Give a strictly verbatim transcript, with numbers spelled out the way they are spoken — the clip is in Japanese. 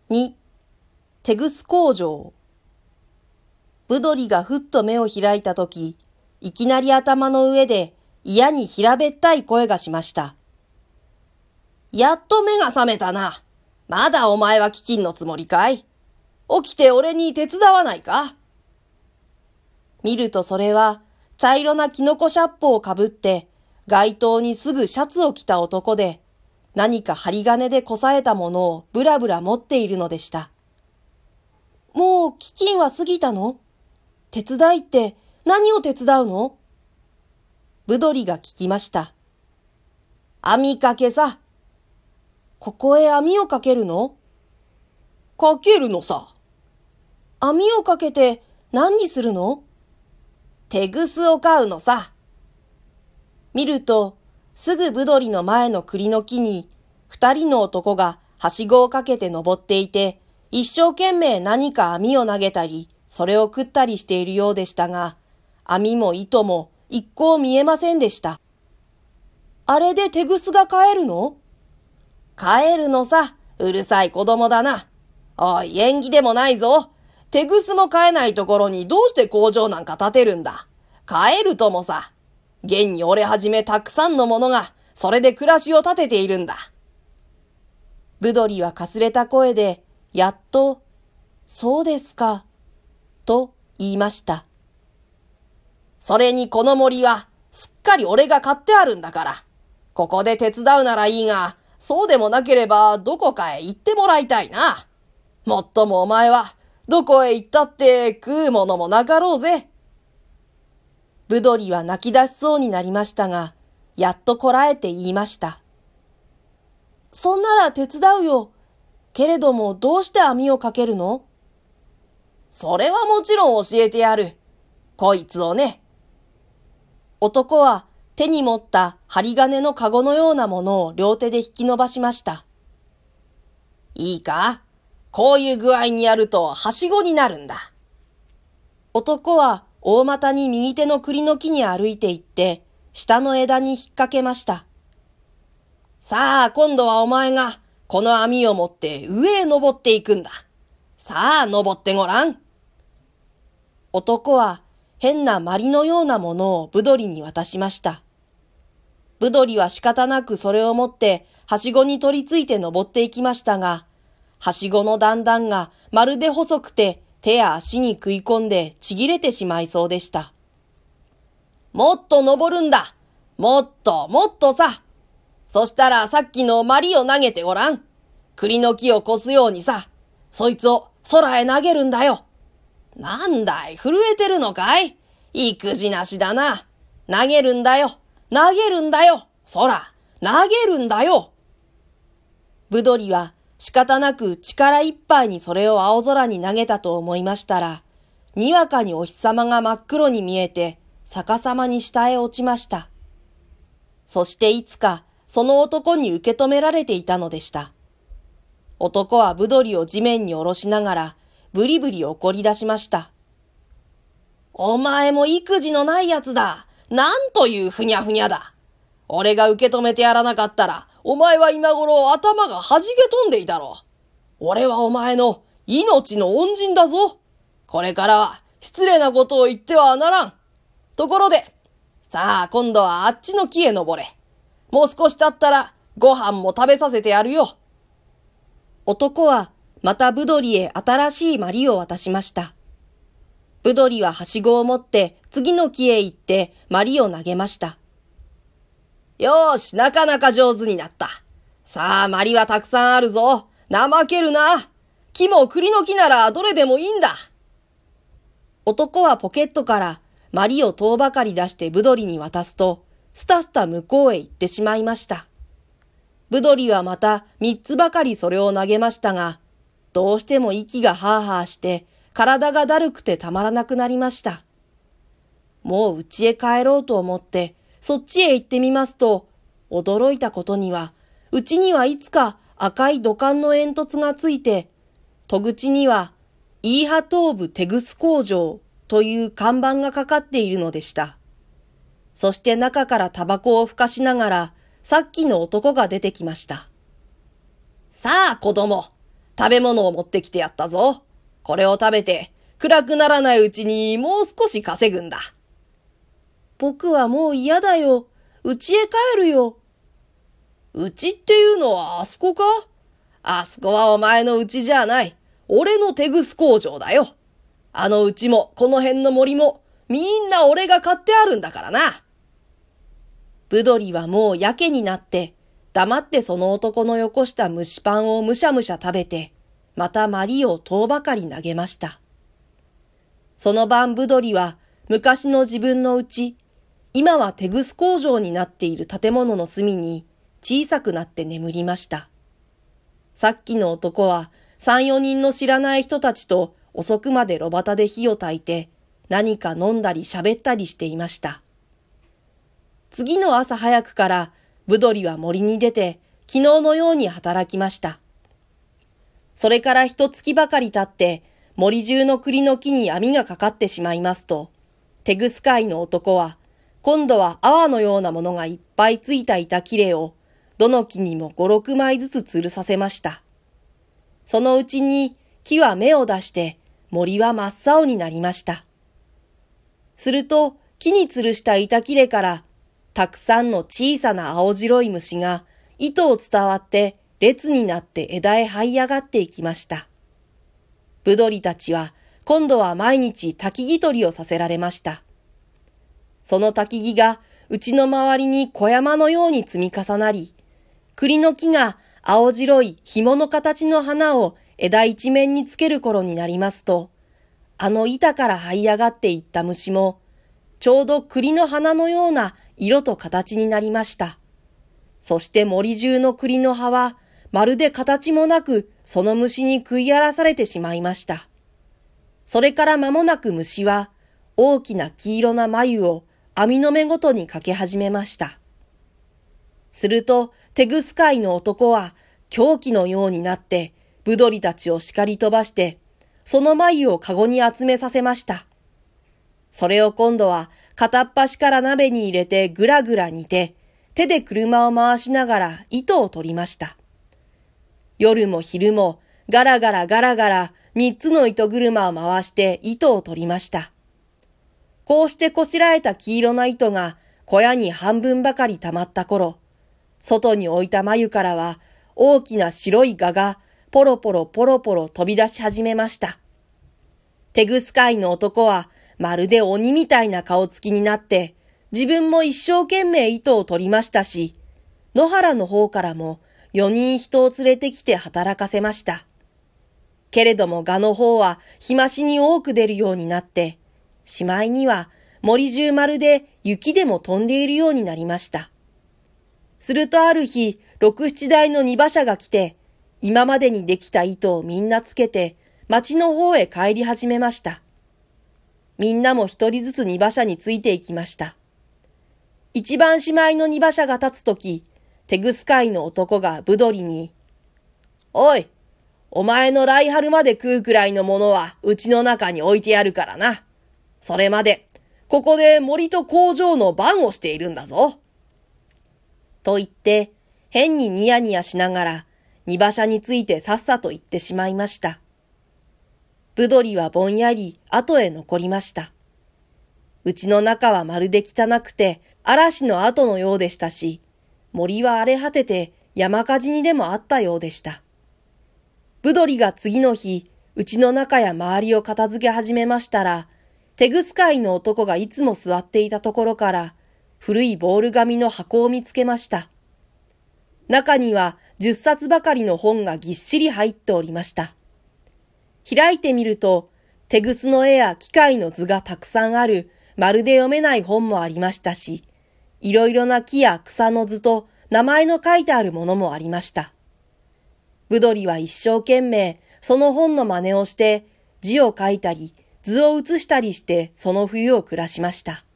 に、テグス工場。ブドリがふっと目を開いたとき、いきなり頭の上で嫌に平べったい声がしました。やっと目が覚めたな。まだお前は飢饉のつもりかい？起きて俺に手伝わないか？見るとそれは茶色なキノコシャッポをかぶって街灯にすぐシャツを着た男で、何か針金でこさえたものをぶらぶら持っているのでした。もう飢饉は過ぎたの？手伝いって何を手伝うの？ブドリが聞きました。網かけさ。ここへ網をかけるの？かけるのさ。網をかけて何にするの？テグスを飼うのさ。見ると、すぐブドリの前の栗の木に、二人の男がはしごをかけて登っていて、一生懸命何か網を投げたり、それを食ったりしているようでしたが、網も糸も一向見えませんでした。あれでテグスが飼えるの？飼えるのさ、うるさい子供だな。おい、縁起でもないぞ。テグスも飼えないところにどうして工場なんか建てるんだ。飼えるともさ。現に俺はじめたくさんの者が、それで暮らしを立てているんだ。ブドリはかすれた声で、やっと、そうですか、と言いました。それにこの森は、すっかり俺が買ってあるんだから。ここで手伝うならいいが、そうでもなければどこかへ行ってもらいたいな。もっともお前は、どこへ行ったって食うものもなかろうぜ。ブドリは泣き出しそうになりましたが、やっとこらえて言いました。そんなら手伝うよ。けれどもどうして網をかけるの？それはもちろん教えてやる。こいつをね。男は手に持った針金のかごのようなものを両手で引き伸ばしました。いいか？こういう具合にやるとはしごになるんだ。男は大股に右手の栗の木に歩いて行って、下の枝に引っ掛けました。さあ、今度はお前が、この網を持って上へ登っていくんだ。さあ、登ってごらん。男は変なまりのようなものをブドリに渡しました。ブドリは仕方なくそれを持って、はしごに取り付いて登っていきましたが、はしごの段々がまるで細くて手や足に食い込んでちぎれてしまいそうでした。もっと登るんだ。もっともっとさ。そしたらさっきのまりを投げてごらん。栗の木を越すようにさ。そいつを空へ投げるんだよ。なんだい、震えてるのかい？育児なしだな。投げるんだよ。投げるんだよ。空、投げるんだよ。ブドリは仕方なく力いっぱいにそれを青空に投げたと思いましたら、にわかにお日様が真っ黒に見えて逆さまに下へ落ちました。そしていつかその男に受け止められていたのでした。男はブドリを地面に下ろしながらブリブリ怒り出しました。お前も育児のないやつだ。なんというふにゃふにゃだ。俺が受け止めてやらなかったら、お前は今頃頭が弾け飛んでいたろう。俺はお前の命の恩人だぞ。これからは失礼なことを言ってはならん。ところで、さあ今度はあっちの木へ登れ。もう少し経ったらご飯も食べさせてやるよ。男はまたブドリへ新しいまりを渡しました。ブドリははしごを持って次の木へ行ってまりを投げました。よーし、なかなか上手になった。さあ、まりはたくさんあるぞ。怠けるな。木も栗の木ならどれでもいいんだ。男はポケットからまりを遠ばかり出してブドリに渡すと、スタスタ向こうへ行ってしまいました。ブドリはまた三つばかりそれを投げましたが、どうしても息がハーハーして、体がだるくてたまらなくなりました。もう家へ帰ろうと思って、そっちへ行ってみますと、驚いたことには、うちにはいつか赤い土管の煙突がついて、戸口には、イーハトーブテグス工場という看板がかかっているのでした。そして中からタバコをふかしながら、さっきの男が出てきました。さあ子供、 食べ物を持ってきてやったぞ。これを食べて、暗くならないうちにもう少し稼ぐんだ。 僕はもう嫌だよ。家へ帰るよ。 家っていうのはあそこか？あそこはお前の家じゃない。俺のテグス工場だよ。あの家もこの辺の森もみんな俺が買ってあるんだからな。 ブドリはもうやけになって黙ってその男のよこした蒸しパンをむしゃむしゃ食べて、またマリを遠ばかり投げました。その晩ブドリは昔の自分の家、今はテグス工場になっている建物の隅に小さくなって眠りました。さっきの男は三四人の知らない人たちと遅くまで炉端で火を焚いて何か飲んだり喋ったりしていました。次の朝早くからブドリは森に出て昨日のように働きました。それから一月ばかり経って森中の栗の木に網がかかってしまいますと、テグス界の男は今度は泡のようなものがいっぱいついた板切れをどの木にも五六枚ずつ吊るさせました。そのうちに木は芽を出して森は真っ青になりました。すると木に吊るした板切れからたくさんの小さな青白い虫が糸を伝わって列になって枝へ這い上がっていきました。ブドリたちは今度は毎日焚き木取りをさせられました。その焚き木がうちの周りに小山のように積み重なり、栗の木が青白い紐の形の花を枝一面につける頃になりますと、あの板から這い上がっていった虫も、ちょうど栗の花のような色と形になりました。そして森中の栗の葉は、まるで形もなくその虫に食い荒らされてしまいました。それから間もなく虫は、大きな黄色な繭を網の目ごとにかけ始めました。すると、テグス界の男は狂気のようになって、ブドリたちを叱り飛ばして、その繭をかごに集めさせました。それを今度は片っ端から鍋に入れてぐらぐら煮て、手で車を回しながら糸を取りました。夜も昼もガラガラガラガラ三つの糸車を回して糸を取りました。こうしてこしらえた黄色な糸が小屋に半分ばかり溜まった頃、外に置いた繭からは大きな白い蛾がポロポロポロポロ飛び出し始めました。テグス界の男はまるで鬼みたいな顔つきになって、自分も一生懸命糸を取りましたし、野原の方からも四人人を連れてきて働かせました。けれども蛾の方は日増しに多く出るようになって、しまいには森中まるで雪でも飛んでいるようになりました。するとある日、六七台の荷馬車が来て、今までにできた糸をみんなつけて、町の方へ帰り始めました。みんなも一人ずつ荷馬車についていきました。一番しまいの荷馬車が立つとき、テグス界の男がブドリに、おい、お前の来春まで食うくらいのものはうちの中に置いてやるからな。それまで、ここで森と工場の番をしているんだぞ。と言って、変にニヤニヤしながら、荷馬車についてさっさと行ってしまいました。ブドリはぼんやり後へ残りました。うちの中はまるで汚くて嵐の後のようでしたし、森は荒れ果てて山火事にでもあったようでした。ブドリが次の日、うちの中や周りを片付け始めましたら、テグス界の男がいつも座っていたところから古いボール紙の箱を見つけました。中には十冊ばかりの本がぎっしり入っておりました。開いてみると、テグスの絵や機械の図がたくさんあるまるで読めない本もありましたし、いろいろな木や草の図と名前の書いてあるものもありました。ブドリは一生懸命その本の真似をして字を書いたり図を写したりしてその冬を暮らしました。